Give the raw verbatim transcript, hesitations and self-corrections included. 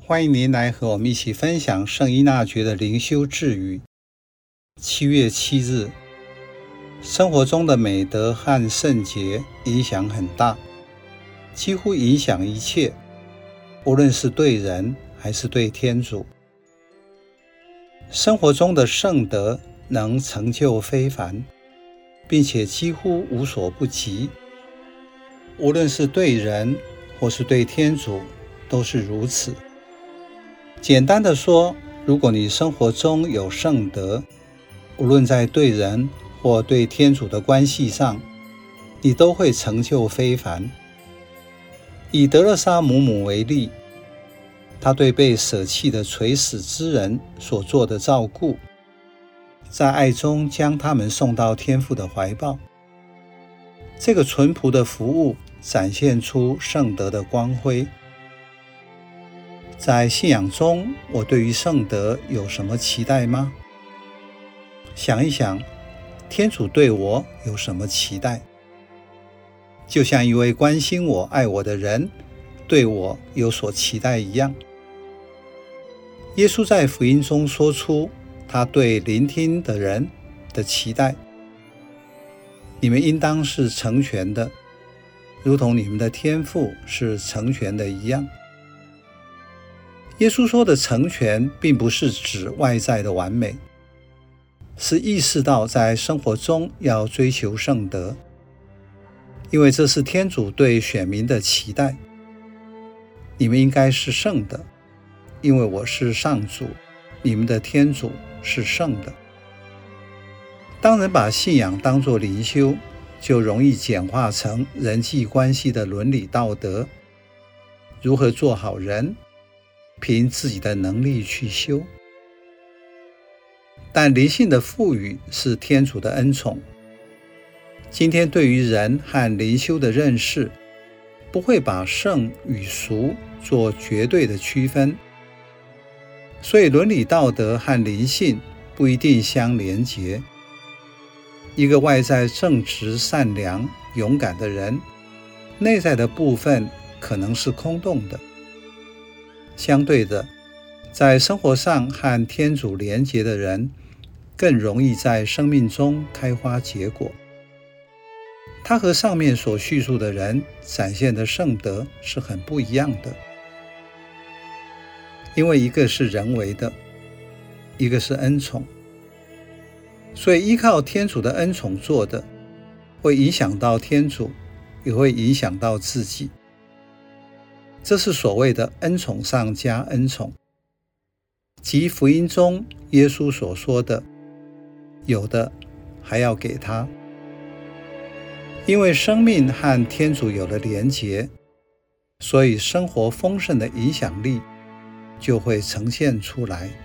欢迎您来和我们一起分享圣依纳爵的灵修智语。七月七日，生活中的美德和圣洁影响很大，几乎影响一切，无论是对人还是对天主。生活中的圣德能成就非凡，并且几乎无所不及，无论是对人或是对天主都是如此。简单的说，如果你生活中有圣德，无论在对人或对天主的关系上，你都会成就非凡。以德勒沙姆姆为例，他对被舍弃的垂死之人所做的照顾，在爱中将他们送到天父的怀抱。这个淳朴的服务展现出圣德的光辉。在信仰中，我对于圣德有什么期待吗？想一想，天主对我有什么期待？就像一位关心我、爱我的人对我有所期待一样。耶稣在福音中说出他对聆听的人的期待：你们应当是成全的，如同你们的天父是成全的一样。耶稣说的成全并不是指外在的完美，是意识到在生活中要追求圣德，因为这是天主对选民的期待。你们应该是圣的，因为我是上主，你们的天主是圣的。当人把信仰当作灵修，就容易简化成人际关系的伦理道德，如何做好人，凭自己的能力去修。但灵性的赋予是天主的恩宠。今天对于人和灵修的认识，不会把圣与俗做绝对的区分，所以伦理道德和灵性不一定相连结。一个外在正直、善良、勇敢的人，内在的部分可能是空洞的。相对的，在生活上和天主连结的人，更容易在生命中开花结果。他和上面所叙述的人展现的圣德是很不一样的，因为一个是人为的，一个是恩宠。所以依靠天主的恩宠做的，会影响到天主，也会影响到自己。这是所谓的恩宠上加恩宠，即福音中耶稣所说的，有的还要给他。因为生命和天主有了连结，所以生活丰盛的影响力就会呈现出来。